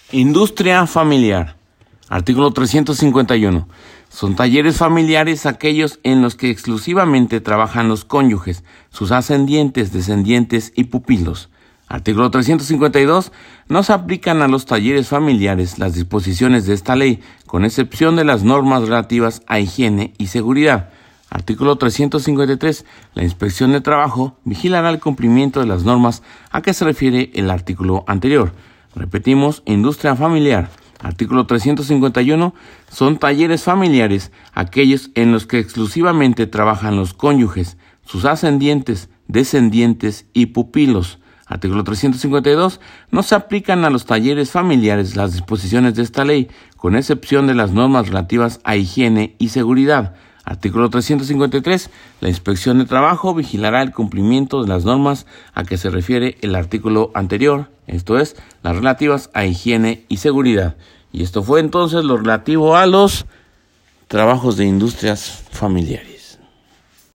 Industria familiar. Artículo 351. Son talleres familiares aquellos en los que exclusivamente trabajan los cónyuges, sus ascendientes, descendientes y pupilos. Artículo 352. No se aplican a los talleres familiares las disposiciones de esta ley, con excepción de las normas relativas a higiene y seguridad. Artículo 353. La Inspección de Trabajo vigilará el cumplimiento de las normas a que se refiere el artículo anterior. Repetimos, industria familiar. Artículo 351. Son talleres familiares aquellos en los que exclusivamente trabajan los cónyuges, sus ascendientes, descendientes y pupilos. Artículo 352. No se aplican a los talleres familiares las disposiciones de esta ley, con excepción de las normas relativas a higiene y seguridad. Artículo 353. La Inspección de Trabajo vigilará el cumplimiento de las normas a que se refiere el artículo anterior, esto es, las relativas a higiene y seguridad. Y esto fue entonces lo relativo a los trabajos de industrias familiares.